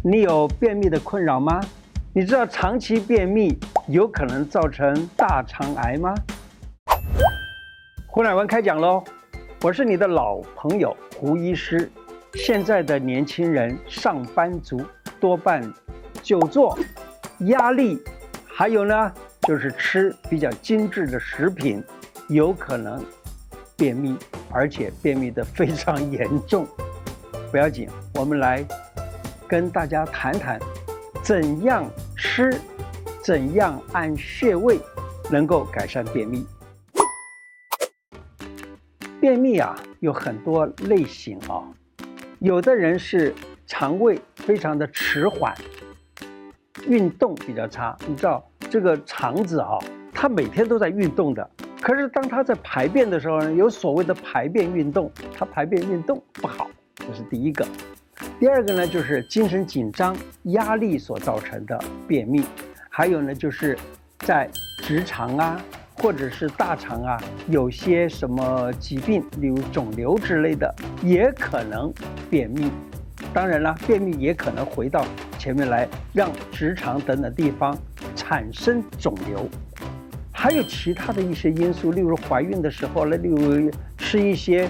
你有便秘的困扰吗？你知道长期便秘有可能造成大肠癌吗？胡乃文开讲喽，我是你的老朋友胡医师。现在的年轻人、上班族多半久坐、压力，还有呢就是吃比较精致的食品，有可能便秘，而且便秘的非常严重。不要紧，我们来跟大家谈谈怎样吃，怎样按穴位能够改善便秘。便秘有很多类型有的人是肠胃非常的迟缓，运动比较差。你知道这个肠子它每天都在运动的，可是当它在排便的时候呢，有所谓的排便运动，它排便运动不好，这是第一个。第二个呢，就是精神紧张、压力所造成的便秘，还有呢，就是在直肠或者是大肠有些什么疾病，例如肿瘤之类的，也可能便秘。当然了，便秘也可能回到前面来，让直肠等等地方产生肿瘤。还有其他的一些因素，例如怀孕的时候呢，例如吃一些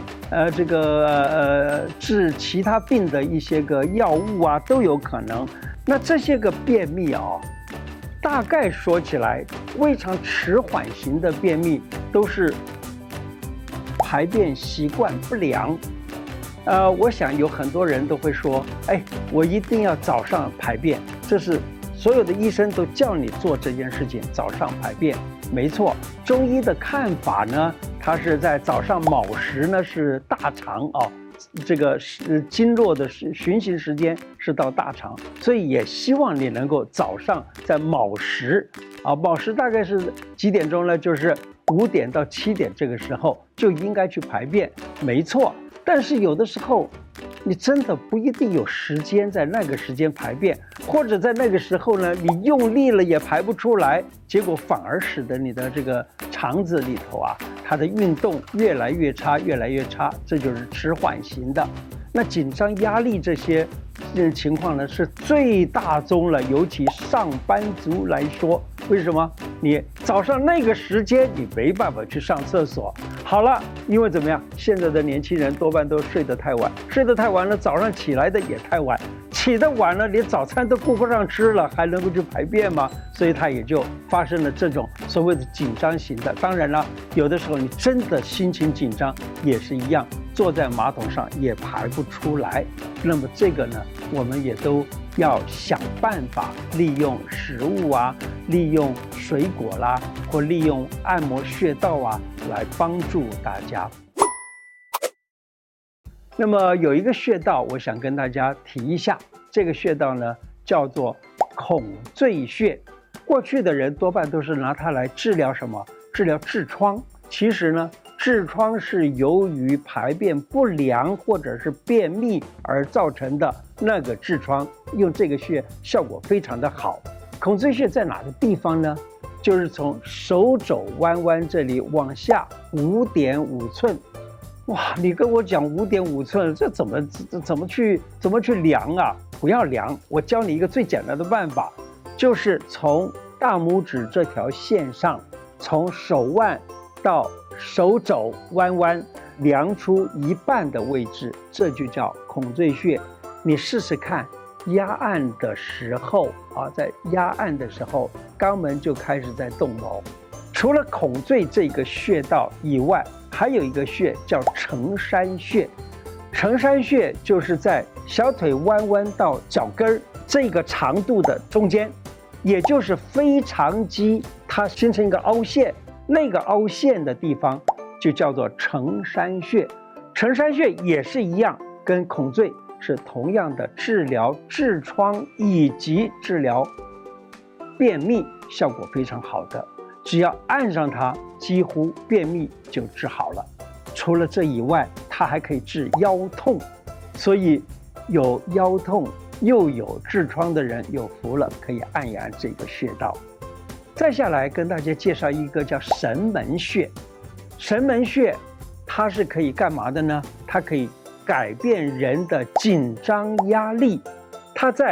治其他病的一些个药物都有可能。那这些个便秘大概说起来，胃肠迟缓型的便秘都是排便习惯不良。我想有很多人都会说，我一定要早上排便，这是所有的医生都叫你做这件事情，早上排便。没错，中医的看法呢，它是在早上卯时呢是大肠这个经络的循行时间是到大肠，所以也希望你能够早上在卯时卯时大概是几点钟呢？就是5点到7点这个时候就应该去排便，没错。但是有的时候你真的不一定有时间在那个时间排便，或者在那个时候呢，你用力了也排不出来，结果反而使得你的这个肠子里头它的运动越来越差，越来越差，这就是迟缓型的。那紧张、压力这些情况呢，是最大宗了，尤其上班族来说。为什么？你早上那个时间你没办法去上厕所。好了，因为怎么样？现在的年轻人多半都睡得太晚，睡得太晚了，早上起来的也太晚，起得晚了，连早餐都顾不上吃了，还能够去排便吗？所以它也就发生了这种所谓的紧张型的。当然了，有的时候你真的心情紧张也是一样，坐在马桶上也排不出来。那么这个呢，我们也都要想办法利用食物利用水果啦，或利用按摩穴道来帮助大家。那么有一个穴道我想跟大家提一下，这个穴道呢叫做孔最穴。过去的人多半都是拿它来治疗什么？治疗痔疮。其实呢，痔疮是由于排便不良或者是便秘而造成的那个痔疮，用这个穴效果非常的好。孔最穴在哪个地方呢？就是从手肘弯弯这里往下5.5寸。哇，你跟我讲5.5寸，这怎么去量不要量，我教你一个最简单的办法，就是从大拇指这条线上，从手腕到手肘弯弯量出1半的位置，这就叫孔最穴。你试试看，压按的时候在压按的时候，肛门就开始在动喽。除了孔最这个穴道以外，还有一个穴叫承山穴。承山穴就是在小腿弯弯到脚跟这个长度的中间，也就是腓肠肌它形成一个凹陷，那个凹陷的地方就叫做承山穴。承山穴也是一样，跟孔最是同样的治疗痔疮以及治疗便秘效果非常好的，只要按上它，几乎便秘就治好了。除了这以外，它还可以治腰痛，所以有腰痛又有痔疮的人有福了，可以按一按这个穴道。再下来跟大家介绍一个叫神门穴。神门穴它是可以干嘛的呢？它可以改变人的紧张压力，它在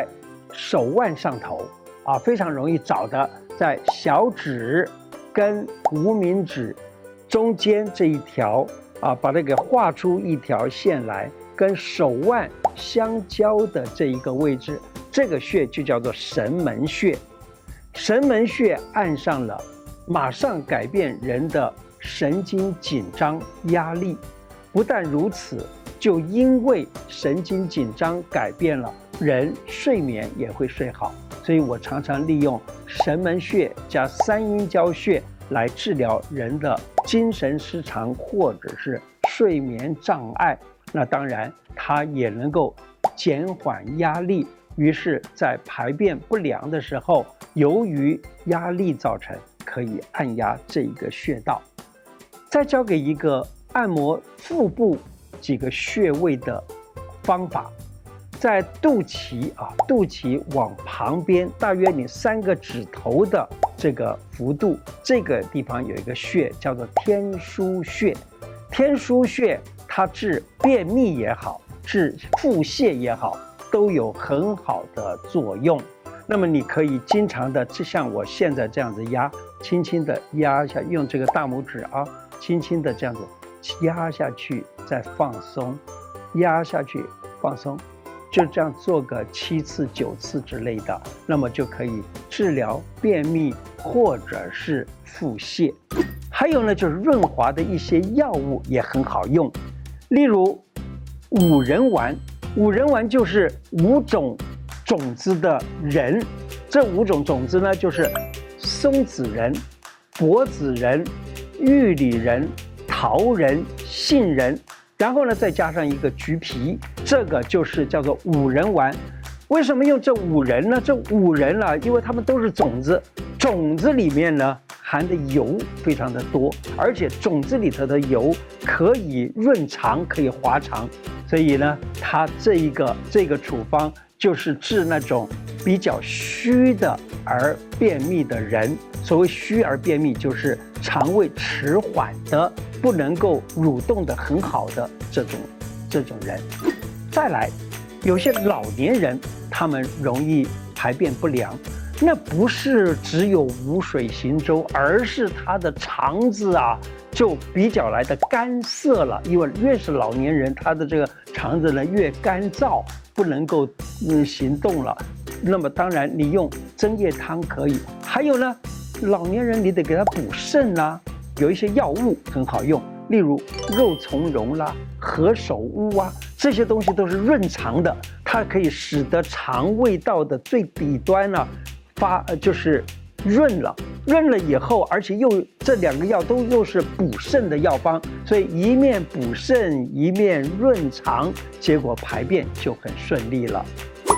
手腕上头啊，非常容易找的，在小指跟无名指中间这一条啊，把它给画出一条线来，跟手腕相交的这一个位置，这个穴就叫做神门穴。神门穴按上了，马上改变人的神经紧张压力。不但如此，就因为神经紧张改变了，人睡眠也会睡好。所以我常常利用神门穴加三阴交穴来治疗人的精神失常或者是睡眠障碍。那当然它也能够减缓压力，于是在排便不良的时候，由于压力造成，可以按压这一个穴道。再教给一个按摩腹部几个穴位的方法。在肚脐啊，肚脐往旁边大约你3个指头的这个幅度，这个地方有一个穴叫做天枢穴。天枢穴它治便秘也好，治腹泻也好，都有很好的作用。那么你可以经常的，就像我现在这样子压，轻轻的压一下，用这个大拇指啊，轻轻的这样子压下去，再放松，压下去放松，就这样做个7次9次之类的，那么就可以治疗便秘或者是腹泻。还有呢，就是润滑的一些药物也很好用，例如五仁丸。五仁丸就是5种种子的仁，这5种种子呢，就是松子仁、柏子仁、玉里仁、桃仁、杏仁，然后呢再加上一个橘皮，这个就是叫做五仁丸。为什么用这5仁呢？这5仁啊，因为它们都是种子，种子里面呢含的油非常的多，而且种子里头的油可以润肠，可以滑肠，所以呢，它这个处方就是治那种比较虚的而便秘的人。所谓虚而便秘，就是肠胃迟缓的，不能够蠕动的很好的这种人。再来，有些老年人他们容易排便不良，那不是只有无水行舟，而是他的肠子啊就比较来的干涩了。因为越是老年人，他的这个肠子呢越干燥，不能够行动了。那么当然你用增液汤可以，还有呢，老年人你得给他补肾啊，有一些药物很好用，例如肉苁蓉啦、何首乌啊，这些东西都是润肠的，它可以使得肠胃道的最底端呢就是润了以后，而且这2个药都又是补肾的药方，所以一面补肾一面润肠，结果排便就很顺利了。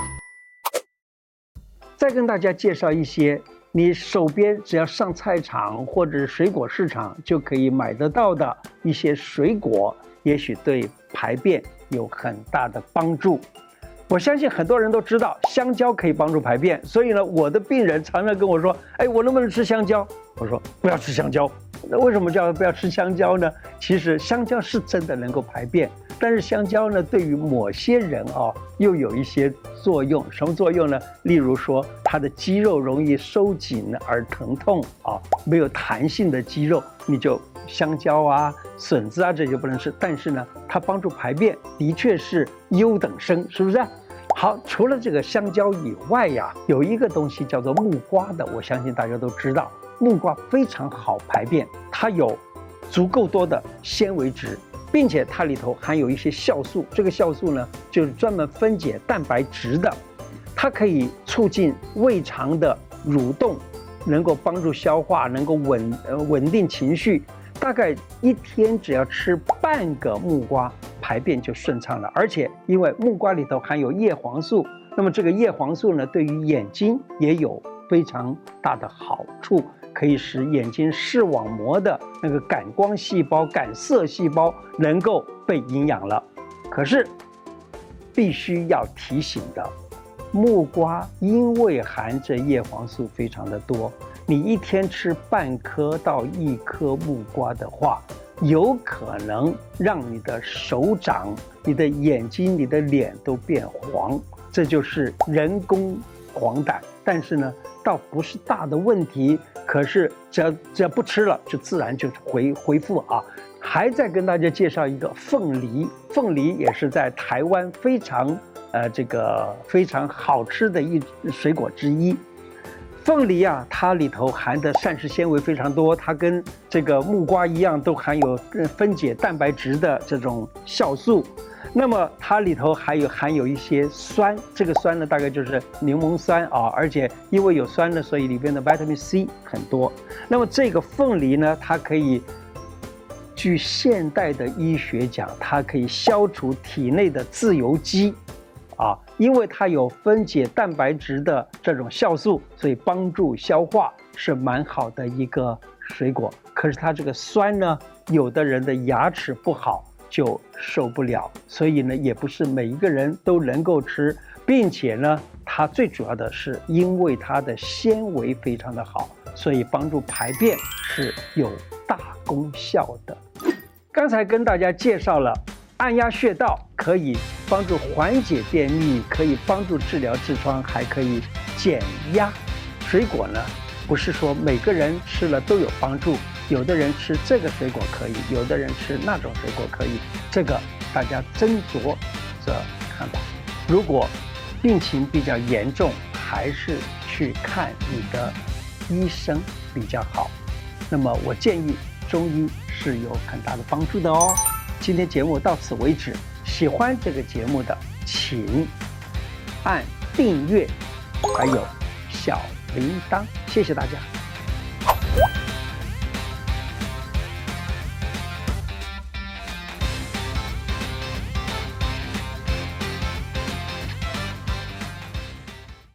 再跟大家介绍一些你手边只要上菜场或者水果市场就可以买得到的一些水果，也许对排便有很大的帮助。我相信很多人都知道香蕉可以帮助排便，所以呢，我的病人常常跟我说，我能不能吃香蕉？我说不要吃香蕉。那为什么叫不要吃香蕉呢？其实香蕉是真的能够排便，但是香蕉呢，对于某些人又有一些作用。什么作用呢？例如说，它的肌肉容易收紧而疼痛没有弹性的肌肉，你就香蕉啊、笋子啊这些不能吃。但是呢，它帮助排便的确是优等生，是不是？好，除了这个香蕉以外呀，有一个东西叫做木瓜的，我相信大家都知道。木瓜非常好排便，它有足够多的纤维质，并且它里头含有一些酵素，这个酵素呢就是专门分解蛋白质的，它可以促进胃肠的蠕动，能够帮助消化，能够稳定情绪。大概1天只要吃半个木瓜，排便就顺畅了。而且因为木瓜里头含有叶黄素，那么这个叶黄素呢，对于眼睛也有非常大的好处，可以使眼睛视网膜的那个感光细胞、感色细胞能够被营养了。可是必须要提醒的，木瓜因为含着叶黄素非常的多，你1天吃半颗到1颗木瓜的话，有可能让你的手掌、你的眼睛、你的脸都变黄，这就是人工黄疸，但是呢，倒不是大的问题。可是只要不吃了，就自然就恢复啊。还再跟大家介绍一个凤梨，凤梨也是在台湾非常非常好吃的一水果之一。凤梨啊，它里头含的膳食纤维非常多，它跟这个木瓜一样，都含有分解蛋白质的这种酵素。那么它里头还含有一些酸，这个酸呢大概就是柠檬酸啊，而且因为有酸呢，所以里边的 vitamin C 很多。那么这个凤梨呢，它可以，据现代的医学讲，它可以消除体内的自由基。因为它有分解蛋白质的这种酵素，所以帮助消化，是蛮好的一个水果。可是它这个酸呢，有的人的牙齿不好就受不了，所以呢，也不是每一个人都能够吃，并且呢，它最主要的是因为它的纤维非常的好，所以帮助排便是有大功效的。刚才跟大家介绍了按压穴道可以帮助缓解便秘，可以帮助治疗痔疮，还可以减压。水果呢，不是说每个人吃了都有帮助，有的人吃这个水果可以，有的人吃那种水果可以，这个大家斟酌着看吧。如果病情比较严重，还是去看你的医生比较好。那么我建议中医是有很大的帮助的哦。今天节目到此为止，喜欢这个节目的请按订阅，还有小铃铛，谢谢大家。